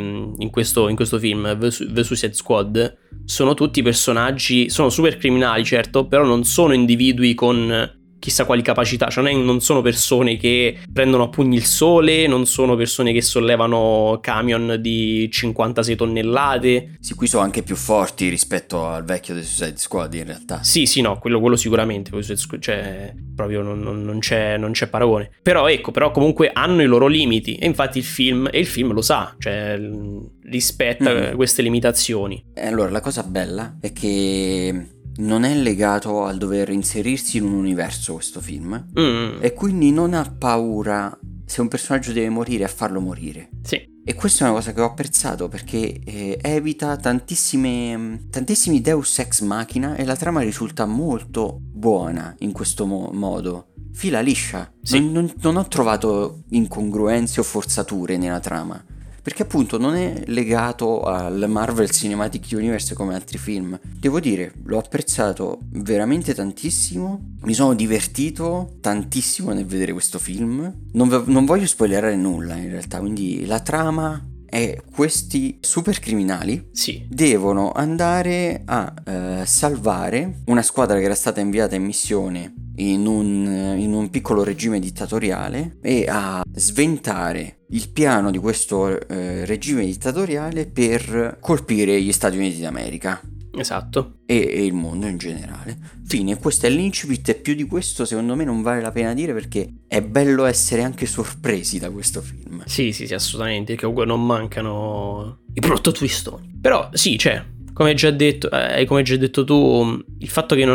in questo film, The Suicide Squad, sono tutti personaggi, sono super criminali, certo, però non sono individui con chissà quali capacità, cioè non sono persone che prendono a pugni il sole, non sono persone che sollevano camion di 56 tonnellate.
Sì, qui sono anche più forti rispetto al vecchio The Suicide Squad in realtà.
Sì, no, quello sicuramente, cioè proprio non c'è paragone. Però comunque hanno i loro limiti, e infatti il film lo sa, cioè rispetta queste limitazioni.
E allora la cosa bella è che non è legato al dover inserirsi in un universo questo film, e quindi non ha paura se un personaggio deve morire a farlo morire.
Sì.
E questa è una cosa che ho apprezzato, perché evita tantissimi deus ex machina, e la trama risulta molto buona in questo modo, fila liscia.
Sì.
Non ho trovato incongruenze o forzature nella trama, perché appunto non è legato al Marvel Cinematic Universe come altri film. Devo dire, l'ho apprezzato veramente tantissimo, mi sono divertito tantissimo nel vedere questo film. Non voglio spoilerare nulla in realtà, quindi la trama è: questi super criminali devono andare a salvare una squadra che era stata inviata in missione in un piccolo regime dittatoriale, e a sventare il piano di questo regime dittatoriale per colpire gli Stati Uniti d'America.
Esatto.
E il mondo in generale. Fine, questo è l'incipit, e più di questo secondo me non vale la pena dire, perché è bello essere anche sorpresi da questo film.
Sì, assolutamente, che comunque non mancano i plot twistoni. Però sì, cioè, come hai già detto tu, il fatto che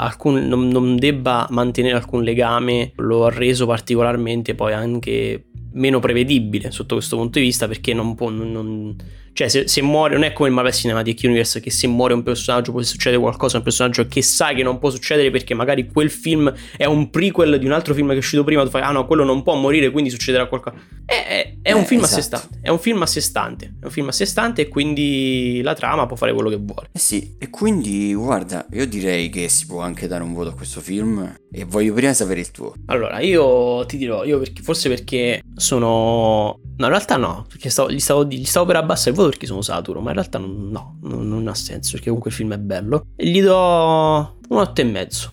non debba mantenere alcun legame lo ha reso particolarmente poi anche meno prevedibile sotto questo punto di vista, perché non può cioè se muore, non è come il Marvel Cinematic Universe, che se muore un personaggio può succedere qualcosa a un personaggio che sai che non può succedere perché magari quel film è un prequel di un altro film che è uscito prima, tu fai no, quello non può morire, quindi succederà qualcosa. È un film a sé stante, è un film a sé stante e quindi la trama può fare quello che vuole.
Sì, e quindi guarda, io direi che si può anche dare un voto a questo film e voglio prima sapere il tuo.
Allora, io ti dirò, perché sono... No, in realtà no, perché gli stavo per abbassare il voto perché sono saturo, ma in realtà non ha senso, perché comunque il film è bello. E gli do un 8,5.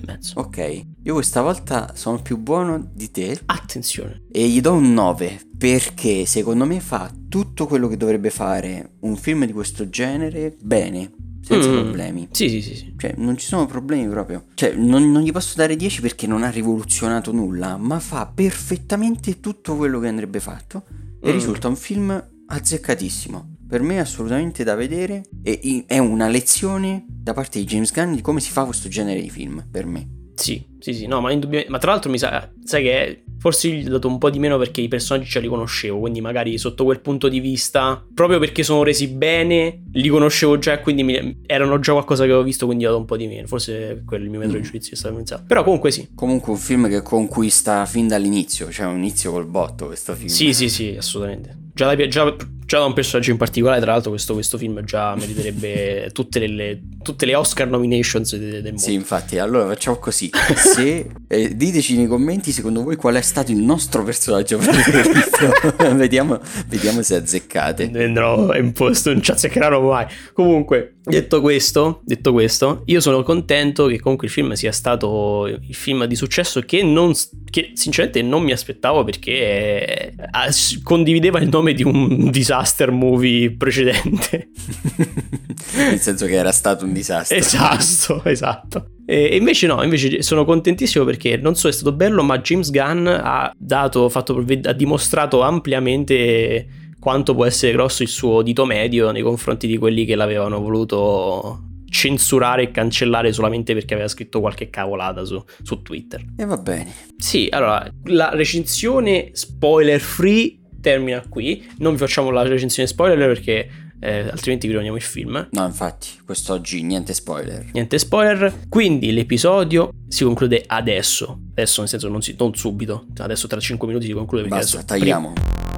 Ok, io questa volta sono più buono di te.
Attenzione.
E gli do un 9, perché secondo me fa tutto quello che dovrebbe fare un film di questo genere bene, senza problemi.
Sì.
Cioè, non ci sono problemi proprio. Cioè, non gli posso dare 10 perché non ha rivoluzionato nulla, ma fa perfettamente tutto quello che andrebbe fatto e risulta un film azzeccatissimo. Per me è assolutamente da vedere e è una lezione da parte di James Gunn di come si fa questo genere di film, per me.
Sì, no, ma indubbiamente. Ma tra l'altro sai che forse gli ho dato un po' di meno perché i personaggi ce li conoscevo, quindi magari sotto quel punto di vista, proprio perché sono resi bene, li conoscevo già e quindi erano già qualcosa che avevo visto, quindi ho dato un po' di meno. Forse è quello il mio metro di giudizio che stavo pensando. Però comunque sì.
Comunque un film che conquista fin dall'inizio, cioè un inizio col botto questo film.
Sì, assolutamente. Già da un personaggio in particolare, tra l'altro questo film già meriterebbe tutte le Oscar nominations del mondo.
Sì, infatti, allora facciamo così. Se diteci nei commenti secondo voi qual è stato il nostro personaggio preferito. vediamo se azzeccate.
No, è imposto, non ci azzeccheranno mai. Comunque, detto questo, io sono contento che comunque il film sia stato il film di successo che sinceramente non mi aspettavo, perché condivideva il nome di un disaster movie precedente.
Nel senso che era stato un disastro.
Esatto. E invece sono contentissimo perché non solo è stato bello, ma James Gunn ha dimostrato ampiamente quanto può essere grosso il suo dito medio nei confronti di quelli che l'avevano voluto censurare e cancellare solamente perché aveva scritto qualche cavolata su Twitter.
E va bene.
Sì, allora, la recensione spoiler free termina qui. Non vi facciamo la recensione spoiler perché altrimenti vi roviniamo il film.
No, infatti, quest'oggi niente spoiler.
Quindi l'episodio si conclude adesso, nel senso non subito. Adesso tra 5 minuti si conclude.
Basta, tagliamo.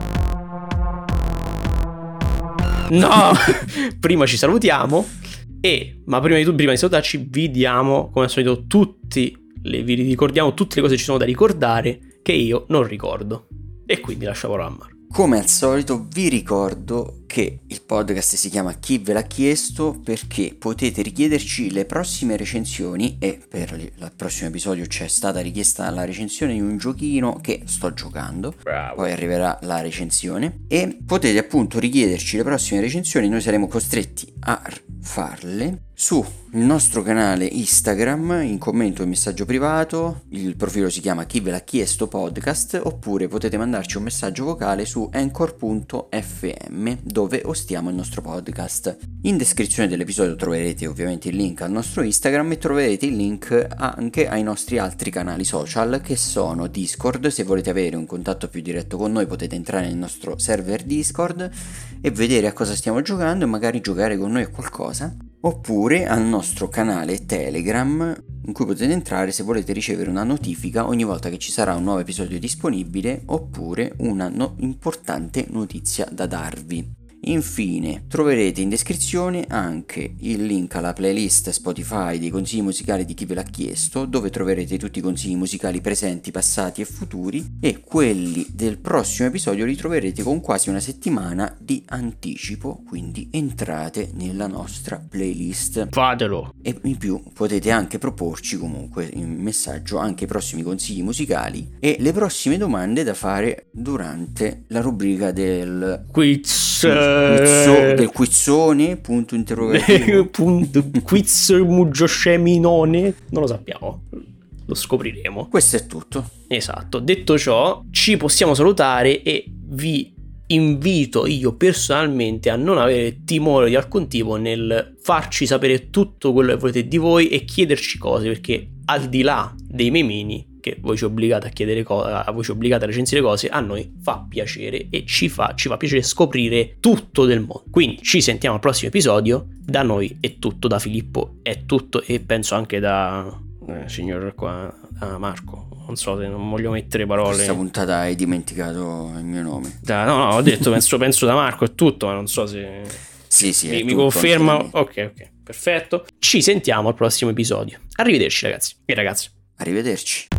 No, prima ci salutiamo. Ma prima di salutarci vi diamo, come al solito, vi ricordiamo tutte le cose che ci sono da ricordare che io non ricordo. E quindi lascio la parola a Marco.
Come al solito vi ricordo che il podcast si chiama Chi ve l'ha chiesto perché potete richiederci le prossime recensioni e per il prossimo episodio c'è stata richiesta la recensione di un giochino che sto giocando. Bravo. Poi arriverà la recensione e potete appunto richiederci le prossime recensioni, noi saremo costretti a farle sul nostro canale Instagram in commento e messaggio privato. Il profilo si chiama Chi ve l'ha chiesto podcast, oppure potete mandarci un messaggio vocale su anchor.fm dove ostiamo il nostro podcast. In descrizione dell'episodio troverete ovviamente il link al nostro Instagram e troverete il link anche ai nostri altri canali social che sono Discord. Se volete avere un contatto più diretto con noi potete entrare nel nostro server Discord e vedere a cosa stiamo giocando e magari giocare con noi a qualcosa, oppure al nostro canale Telegram in cui potete entrare se volete ricevere una notifica ogni volta che ci sarà un nuovo episodio disponibile oppure una importante notizia da darvi. Infine troverete in descrizione anche il link alla playlist Spotify dei consigli musicali di Chi ve l'ha chiesto, dove troverete tutti i consigli musicali presenti, passati e futuri, e quelli del prossimo episodio li troverete con quasi una settimana di anticipo, quindi entrate nella nostra playlist.
Fatelo!
E in più potete anche proporci comunque in messaggio anche i prossimi consigli musicali e le prossime domande da fare durante la rubrica del del quizzone, punto interrogativo.
Quiz Muggioscheminone, non lo sappiamo, lo scopriremo.
Questo è tutto.
Esatto, detto ciò ci possiamo salutare e vi invito io personalmente a non avere timore di alcun tipo nel farci sapere tutto quello che volete di voi e chiederci cose, perché al di là dei memini, perché voi ci obbligate a chiedere voi ci obbligate a recensire cose, a noi fa piacere e ci fa piacere scoprire tutto del mondo. Quindi ci sentiamo al prossimo episodio. Da noi è tutto, da Filippo è tutto e penso anche da signor qua, da Marco. Non so se non voglio mettere parole.
Questa puntata hai dimenticato il mio nome.
No, ho detto penso da Marco è tutto, ma non so se
sì
mi conferma. Ok, perfetto. Ci sentiamo al prossimo episodio. Arrivederci ragazzi e ragazze.
Arrivederci.